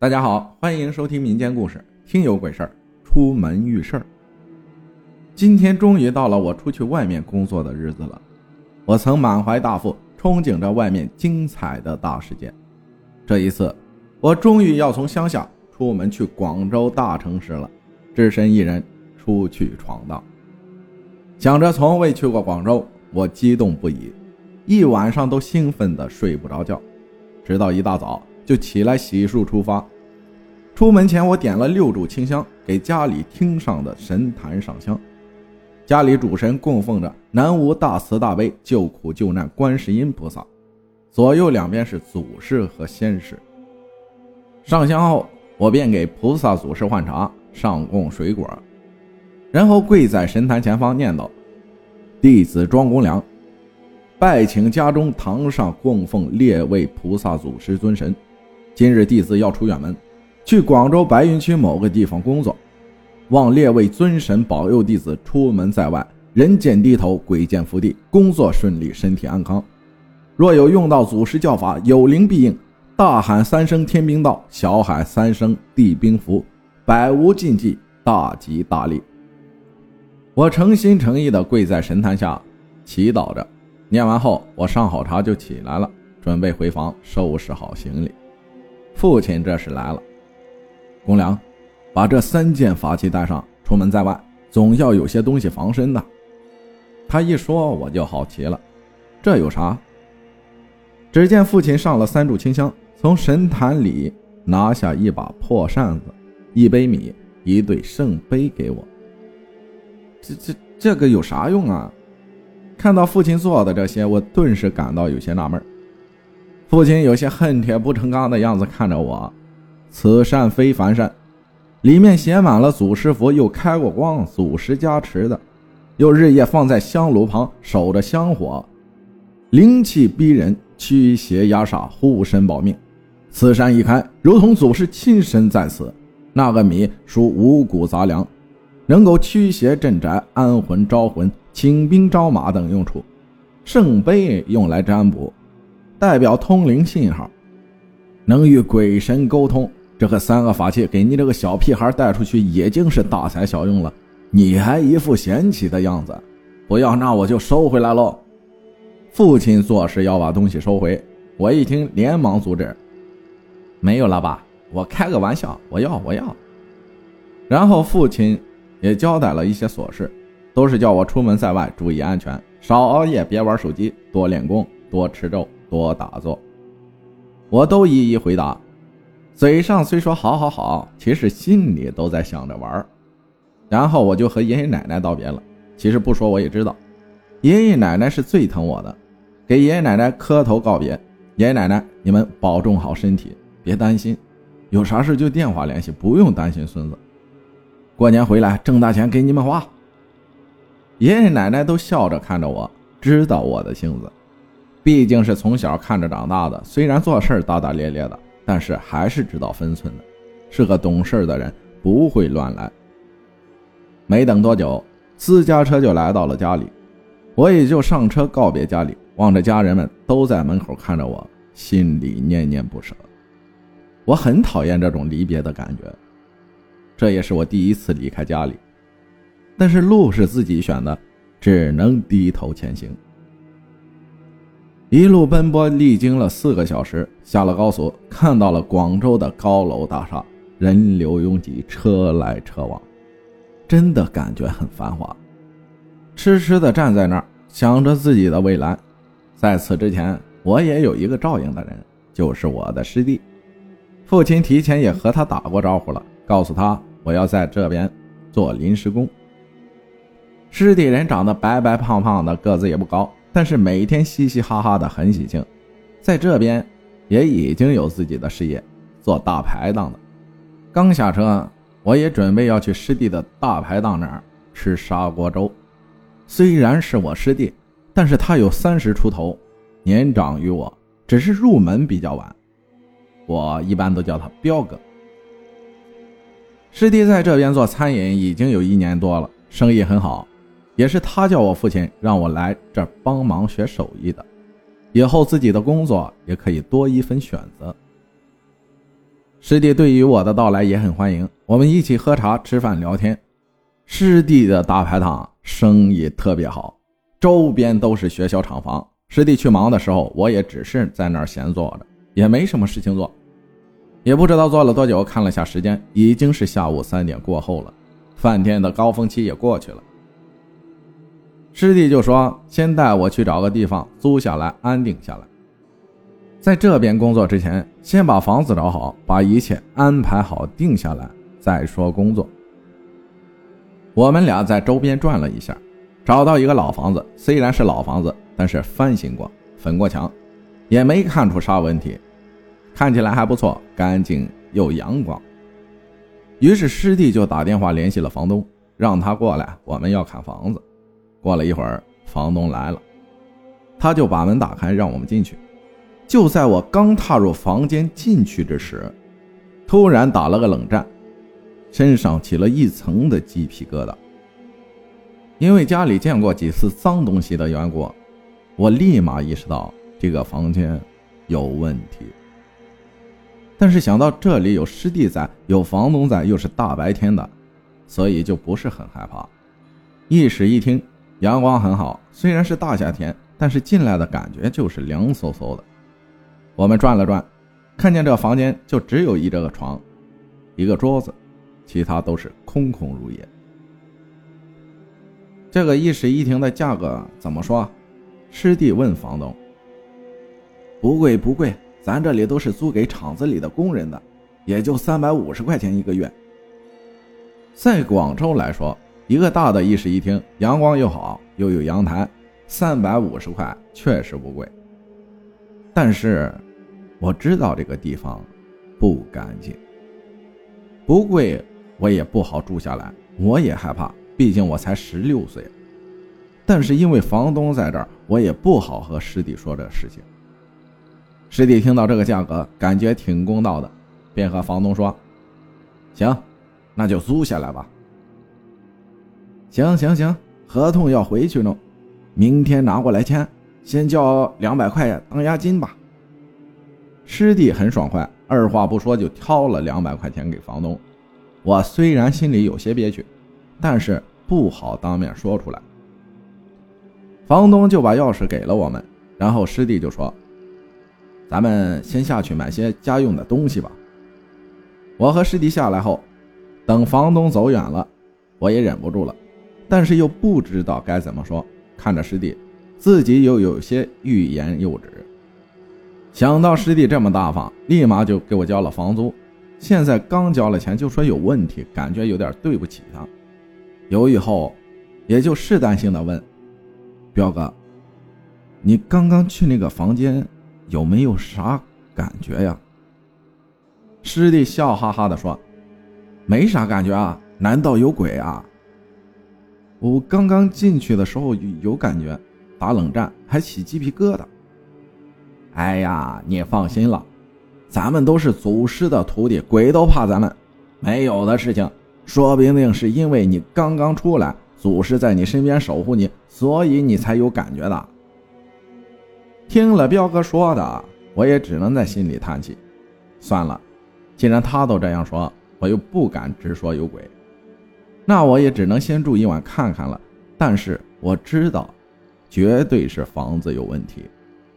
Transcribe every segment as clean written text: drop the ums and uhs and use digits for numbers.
大家好，欢迎收听民间故事，听有鬼事儿，出门遇事儿。今天终于到了我出去外面工作的日子了。我曾满怀大富，憧憬着外面精彩的大世界。这一次，我终于要从乡下出门去广州大城市了，只身一人出去闯荡。想着从未去过广州，我激动不已，一晚上都兴奋得睡不着觉，直到一大早就起来洗漱出发。出门前我点了6炷清香，给家里厅上的神坛上香。家里主神供奉着南无大慈大悲救苦救难观世音菩萨，左右两边是祖师和仙师。上香后，我便给菩萨祖师换茶，上供水果，然后跪在神坛前方念叨：弟子庄公良拜请家中堂上供奉列位菩萨祖师尊神，今日弟子要出远门，去广州白云区某个地方工作，望列位尊神保佑弟子出门在外，人见低头，鬼见伏地，工作顺利，身体安康。若有用到祖师教法，有灵必应，大喊3声天兵到，小喊3声地兵符，百无禁忌，大吉大利。我诚心诚意地跪在神坛下祈祷着，念完后我上好茶就起来了，准备回房收拾好行李。父亲这时来了：公良，把这3件法器带上，出门在外总要有些东西防身的。他一说我就好奇了，这有啥？只见父亲上了3炷清香，从神坛里拿下一把破扇子，一杯米，一对圣杯给我。这个有啥用啊？看到父亲做的这些，我顿时感到有些纳闷。父亲有些恨铁不成钢的样子看着我，此扇非凡扇，里面写满了祖师符，又开过光，祖师加持的，又日夜放在香炉旁守着香火，灵气逼人，驱邪压煞，护身保命。此扇一开，如同祖师亲身在此。那个米属五谷杂粮，能够驱邪镇宅，安魂招魂，请兵招马等用处。圣杯用来占卜，代表通灵信号，能与鬼神沟通。这个3个法器给你这个小屁孩带出去已经是大材小用了，你还一副嫌弃的样子，不要那我就收回来喽。父亲做事要把东西收回，我一听连忙阻止：没有了吧，我开个玩笑，我要。然后父亲也交代了一些琐事，都是叫我出门在外注意安全，少熬夜，别玩手机，多练功，多吃肉，多打坐。我都一一回答，嘴上虽说好，其实心里都在想着玩。然后我就和爷爷奶奶道别了。其实不说我也知道，爷爷奶奶是最疼我的，给爷爷奶奶磕头告别。爷爷奶奶，你们保重好身体，别担心，有啥事就电话联系，不用担心孙子。过年回来挣大钱给你们花。爷爷奶奶都笑着看着我，知道我的性子，毕竟是从小看着长大的，虽然做事大大咧咧的，但是还是知道分寸的，是个懂事的人，不会乱来。没等多久，私家车就来到了家里，我也就上车告别家里，望着家人们都在门口看着我，心里念念不舍。我很讨厌这种离别的感觉，这也是我第一次离开家里，但是路是自己选的，只能低头前行。一路奔波，历经了4个小时，下了高速，看到了广州的高楼大厦，人流拥挤，车来车往，真的感觉很繁华。痴痴地站在那儿，想着自己的未来。在此之前，我也有一个照应的人，就是我的师弟。父亲提前也和他打过招呼了，告诉他我要在这边做临时工。师弟人长得白白胖胖的，个子也不高，但是每天嘻嘻哈哈的，很喜庆，在这边也已经有自己的事业，做大排档的。刚下车，我也准备要去师弟的大排档那儿吃砂锅粥。虽然是我师弟，但是他有30出头，年长于我，只是入门比较晚，我一般都叫他彪哥。师弟在这边做餐饮已经有1年多了，生意很好，也是他叫我父亲让我来这帮忙学手艺的，以后自己的工作也可以多一分选择。 师弟对于我的到来也很欢迎，我们一起喝茶吃饭聊天。师弟的大排档生意特别好，周边都是学校厂房，师弟去忙的时候，我也只是在那儿闲坐着，也没什么事情做。也不知道做了多久，看了下时间，已经是下午3点过后了，饭店的高峰期也过去了。师弟就说先带我去找个地方租下来安定下来，在这边工作之前先把房子找好，把一切安排好定下来再说工作。我们俩在周边转了一下，找到一个老房子，虽然是老房子，但是翻新过粉过墙，也没看出啥问题，看起来还不错，干净又阳光。于是师弟就打电话联系了房东，让他过来，我们要看房子。过了一会儿，房东来了，他就把门打开让我们进去。就在我刚踏入房间进去之时，突然打了个冷战，身上起了一层的鸡皮疙瘩。因为家里见过几次脏东西的缘故，我立马意识到这个房间有问题。但是想到这里有师弟在，有房东在，又是大白天的，所以就不是很害怕。一室一厅，阳光很好，虽然是大夏天，但是进来的感觉就是凉飕飕的。我们转了转，看见这房间就只有这个床，一个桌子，其他都是空空如也。这个一室一厅的价格怎么说？师弟问房东。不贵不贵，咱这里都是租给厂子里的工人的，也就350块钱一个月。在广州来说，一个大的一室一厅，阳光又好，又有阳台，350块确实不贵。但是我知道这个地方不干净，不贵我也不好住下来，我也害怕，毕竟我才16岁。但是因为房东在这儿，我也不好和师弟说这个事情。师弟听到这个价格感觉挺公道的，便和房东说，行，那就租下来吧。行，合同要回去弄，明天拿过来签，先交200块当押金吧。师弟很爽快，二话不说就掏了200块钱给房东。我虽然心里有些憋屈，但是不好当面说出来。房东就把钥匙给了我们，然后师弟就说，咱们先下去买些家用的东西吧。我和师弟下来后，等房东走远了，我也忍不住了，但是又不知道该怎么说，看着师弟，自己又有些欲言又止。想到师弟这么大方，立马就给我交了房租，现在刚交了钱就说有问题，感觉有点对不起他。犹豫后，也就试探性的问，彪哥，你刚刚去那个房间有没有啥感觉呀？师弟笑哈哈的说，没啥感觉啊，难道有鬼啊？我刚刚进去的时候有感觉，打冷战，还起鸡皮疙瘩。哎呀，你放心了，咱们都是祖师的徒弟，鬼都怕咱们，没有的事情，说不定是因为你刚刚出来，祖师在你身边守护你，所以你才有感觉的。听了彪哥说的，我也只能在心里叹气，算了，既然他都这样说，我又不敢直说有鬼，那我也只能先住一晚看看了。但是我知道绝对是房子有问题。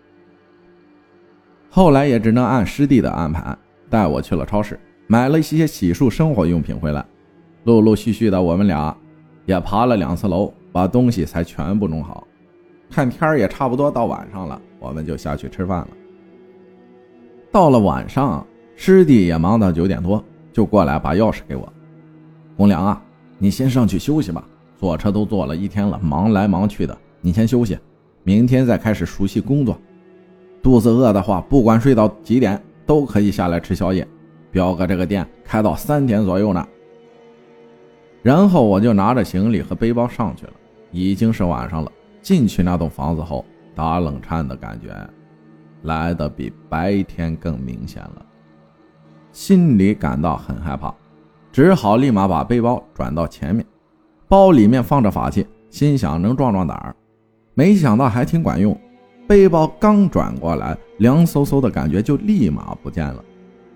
后来也只能按师弟的安排，带我去了超市，买了一些洗漱生活用品回来。陆陆续续的，我们俩也爬了2次楼，把东西才全部弄好。看天也差不多到晚上了，我们就下去吃饭了。到了晚上，师弟也忙到9点多，就过来把钥匙给我。公良啊，你先上去休息吧，坐车都坐了一天了，忙来忙去的，你先休息，明天再开始熟悉工作。肚子饿的话，不管睡到几点都可以下来吃宵夜，彪哥这个店开到3点左右呢。然后我就拿着行李和背包上去了，已经是晚上了。进去那栋房子后，打冷颤的感觉来得比白天更明显了，心里感到很害怕，只好立马把背包转到前面，包里面放着法器，心想能壮壮胆儿，没想到还挺管用。背包刚转过来，凉飕飕的感觉就立马不见了。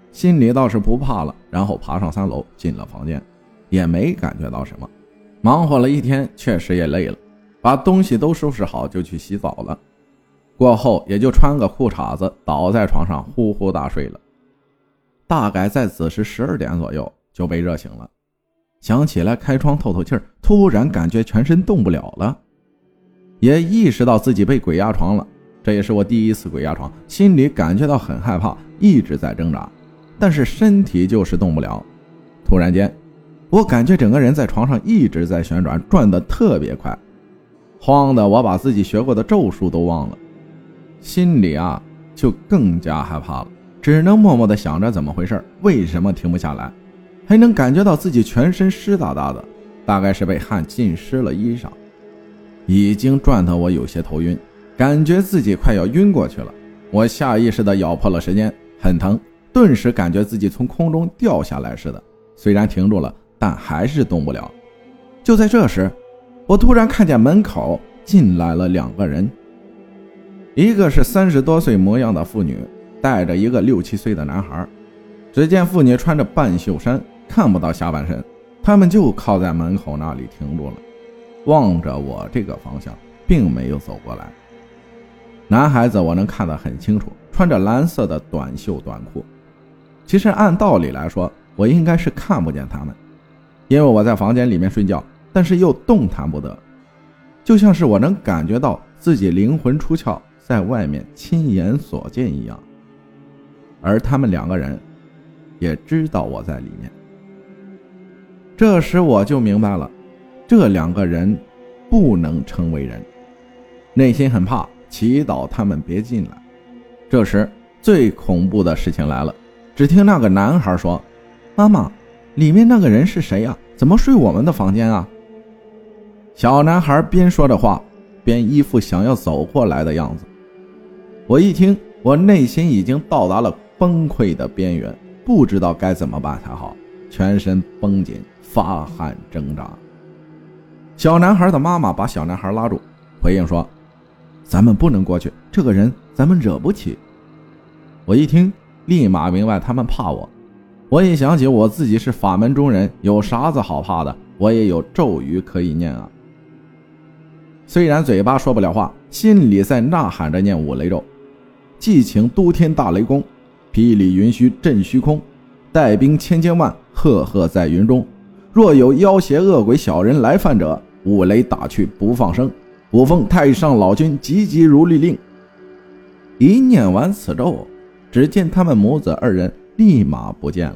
心里倒是不怕了，然后爬上3楼进了房间，也没感觉到什么。忙活了一天，确实也累了，把东西都收拾好就去洗澡了。过后也就穿个裤衩子倒在床上呼呼大睡了。大概在子时12点左右就被热醒了，想起来开窗透透气儿，突然感觉全身动不了了，也意识到自己被鬼压床了。这也是我第一次鬼压床，心里感觉到很害怕，一直在挣扎，但是身体就是动不了。突然间我感觉整个人在床上一直在旋转，转得特别快，慌得我把自己学过的咒术都忘了，心里就更加害怕了，只能默默地想着怎么回事，为什么停不下来，还能感觉到自己全身湿哒哒的，大概是被汗浸湿了衣裳，已经转得我有些头晕，感觉自己快要晕过去了。我下意识地咬破了舌尖，很疼，顿时感觉自己从空中掉下来似的，虽然停住了，但还是动不了。就在这时，我突然看见门口进来了2个人，一个是30多岁模样的妇女，带着一个6、7岁的男孩。只见妇女穿着半袖衫，看不到下半身，他们就靠在门口那里停住了，望着我这个方向，并没有走过来。男孩子我能看得很清楚，穿着蓝色的短袖短裤。其实按道理来说，我应该是看不见他们，因为我在房间里面睡觉，但是又动弹不得，就像是我能感觉到自己灵魂出窍，在外面亲眼所见一样。而他们2个人也知道我在里面。这时我就明白了，这2个人不能称为人，内心很怕，祈祷他们别进来。这时最恐怖的事情来了，只听那个男孩说：“妈妈，里面那个人是谁呀？怎么睡我们的房间啊？”小男孩边说着话，边一副想要走过来的样子。我一听，我内心已经到达了崩溃的边缘，不知道该怎么办才好，全身绷紧，发汗挣扎。小男孩的妈妈把小男孩拉住，回应说：“咱们不能过去，这个人咱们惹不起。”我一听，立马明白他们怕我。我一想起我自己是法门中人，有啥子好怕的，我也有咒语可以念啊。虽然嘴巴说不了话，心里在呐喊着念5雷咒：祭请都天大雷公，霹雳云虚震虚空，带兵千千万，赫赫在云中。若有妖邪恶鬼小人来犯者，5雷打去不放生，吾奉太上老君急急如律令。一念完此咒，只见他们母子2人立马不见了。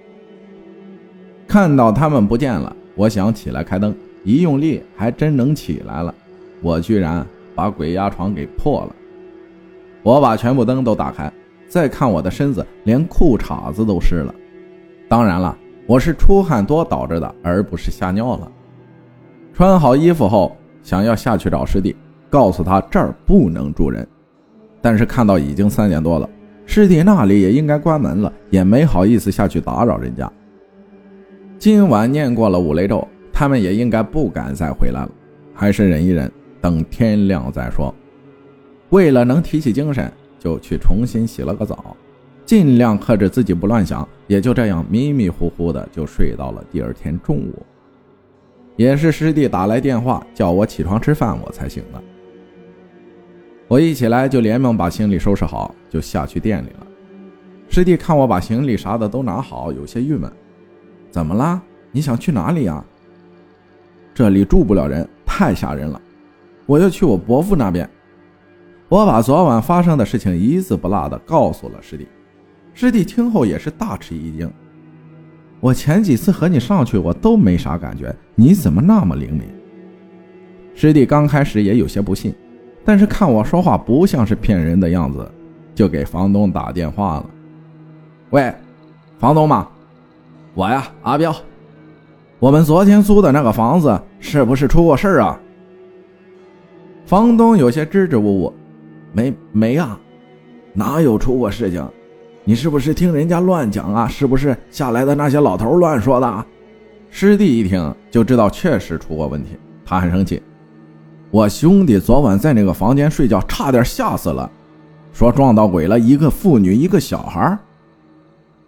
看到他们不见了，我想起来开灯，一用力还真能起来了，我居然把鬼压床给破了。我把全部灯都打开，再看我的身子，连裤衩子都湿了。当然了，我是出汗多导致的，而不是吓尿了。穿好衣服后，想要下去找师弟，告诉他这儿不能住人，但是看到已经3点多了，师弟那里也应该关门了，也没好意思下去打扰人家。今晚念过了5雷咒，他们也应该不敢再回来了，还是忍一忍，等天亮再说。为了能提起精神，就去重新洗了个澡，尽量克制自己不乱想，也就这样迷迷糊糊的就睡到了第2天中午。也是师弟打来电话叫我起床吃饭，我才醒的。我一起来就连忙把行李收拾好，就下去店里了。师弟看我把行李啥的都拿好，有些郁闷：“怎么啦？你想去哪里呀？”“这里住不了人，太吓人了，我要去我伯父那边。”我把昨晚发生的事情一字不落地告诉了师弟。师弟听后也是大吃一惊：“我前几次和你上去我都没啥感觉，你怎么那么灵敏？”师弟刚开始也有些不信，但是看我说话不像是骗人的样子，就给房东打电话了。“喂，房东吗？我呀，阿彪。我们昨天租的那个房子是不是出过事啊？”房东有些支支吾吾：“没啊，哪有出过事情？你是不是听人家乱讲啊？是不是下来的那些老头乱说的？”师弟一听就知道确实出过问题，他很生气：“我兄弟昨晚在那个房间睡觉，差点吓死了，说撞到鬼了，一个妇女，一个小孩。”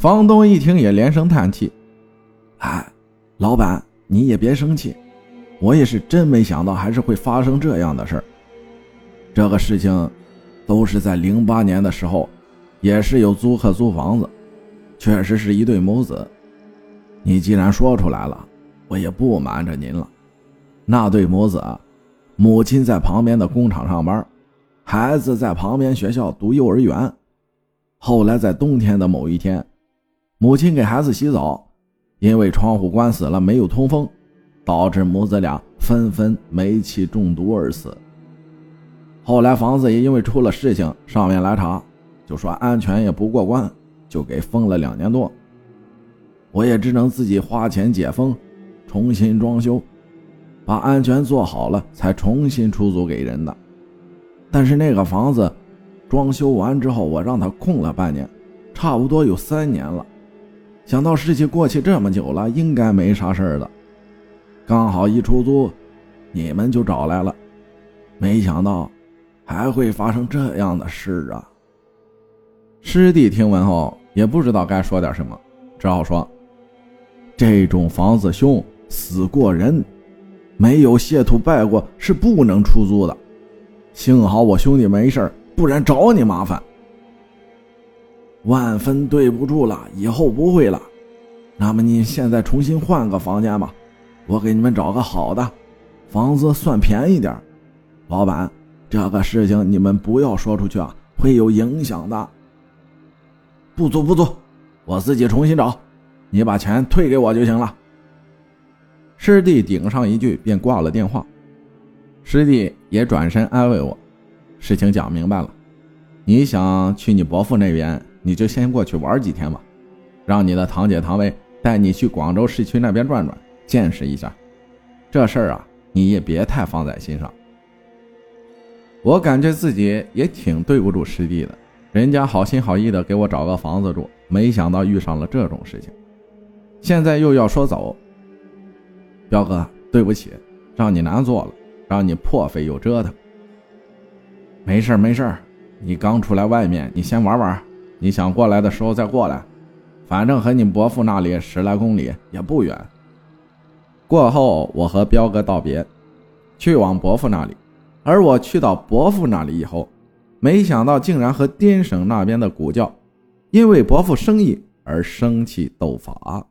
房东一听也连声叹气，老板你也别生气，我也是真没想到还是会发生这样的事儿。这个事情都是在08年的时候，也是有租客租房子，确实是一对母子。你既然说出来了，我也不瞒着您了。那对母子母亲在旁边的工厂上班，孩子在旁边学校读幼儿园。后来在冬天的某一天，母亲给孩子洗澡，因为窗户关死了没有通风，导致母子俩纷纷煤气中毒而死。后来房子也因为出了事情，上面来查，就说安全也不过关，就给封了2年多。我也只能自己花钱解封，重新装修，把安全做好了才重新出租给人的。但是那个房子装修完之后，我让它空了半年，差不多有3年了。想到事情过去这么久了，应该没啥事儿的。刚好一出租，你们就找来了，没想到还会发生这样的事啊。师弟听闻后也不知道该说点什么，只好说，这种房子凶，死过人，没有谢土拜过是不能出租的。幸好我兄弟没事，不然找你麻烦。万分对不住了，以后不会了。那么你现在重新换个房间吧，我给你们找个好的，房子算便宜点。老板，这个事情你们不要说出去啊，会有影响的。不租，我自己重新找，你把钱退给我就行了。师弟顶上一句便挂了电话。师弟也转身安慰我，事情讲明白了，你想去你伯父那边，你就先过去玩几天吧，让你的堂姐堂妹带你去广州市区那边转转，见识一下。这事儿啊，你也别太放在心上。我感觉自己也挺对不住师弟的，人家好心好意的给我找个房子住，没想到遇上了这种事情，现在又要说走。彪哥，对不起，让你难做了，让你破费又折腾。没事，你刚出来外面，你先玩玩，你想过来的时候再过来，反正和你伯父那里10来公里也不远。过后我和彪哥道别，去往伯父那里。而我去到伯父那里以后，没想到竟然和滇省那边的古教因为伯父生意而生气斗法。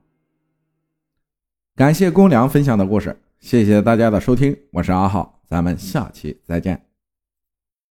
感谢公良分享的故事，谢谢大家的收听，我是阿浩，咱们下期再见。